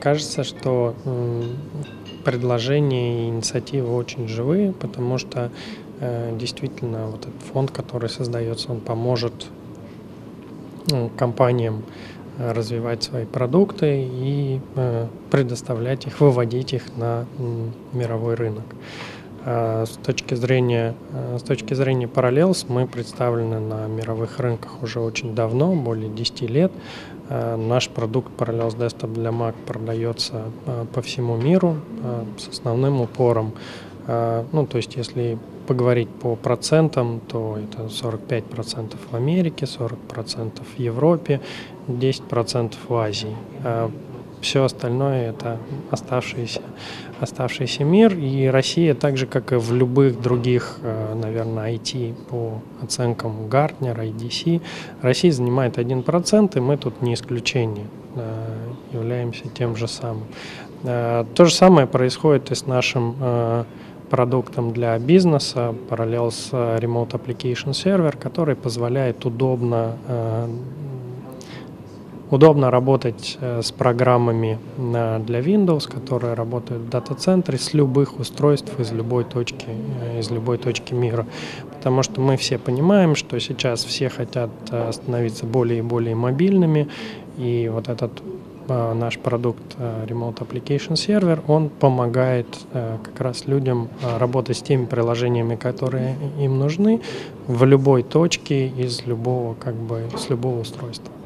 кажется, что предложения и инициативы очень живые, потому что действительно вот этот фонд, который создается, он поможет компаниям развивать свои продукты и предоставлять их, выводить их на мировой рынок. С точки зрения Parallels мы представлены на мировых рынках уже очень давно, более 10 лет. Наш продукт Parallels Desktop для Mac продается по всему миру с основным упором. То есть если поговорить по процентам, то это 45% в Америке, 40% в Европе, 10% в Азии. Все остальное – это оставшийся мир. И Россия, так же, как и в любых других, наверное, IT по оценкам Gartner, IDC, Россия занимает 1%, и мы тут не исключение, являемся тем же самым. То же самое происходит и с нашим продуктом для бизнеса Parallels Remote Application Server, который позволяет удобно работать с программами для Windows, которые работают в дата-центре с любых устройств из любой точки мира. Потому что мы все понимаем, что сейчас все хотят становиться более и более мобильными, и вот этот наш продукт Remote Application Server, он помогает как раз людям работать с теми приложениями, которые им нужны, в любой точке с любого устройства.